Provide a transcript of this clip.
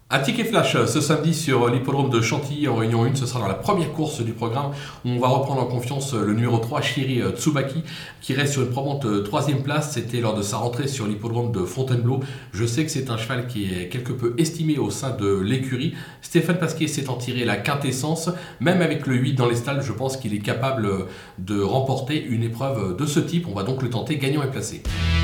Un ticket flash ce samedi sur l'hippodrome de Chantilly en Réunion 1, ce sera dans la première course du programme où on va reprendre en confiance le numéro 3, Chiri Tsubaki, qui reste sur une probante troisième place. C'était lors de sa rentrée sur l'hippodrome de Fontainebleau. Je sais que c'est un cheval qui est quelque peu estimé au sein de l'écurie. Stéphane Pasquier s'est en tiré la quintessence. Même avec le 8 dans les stalles, je pense qu'il est capable de remporter une épreuve de ce type. On va donc le tenter gagnant et placé.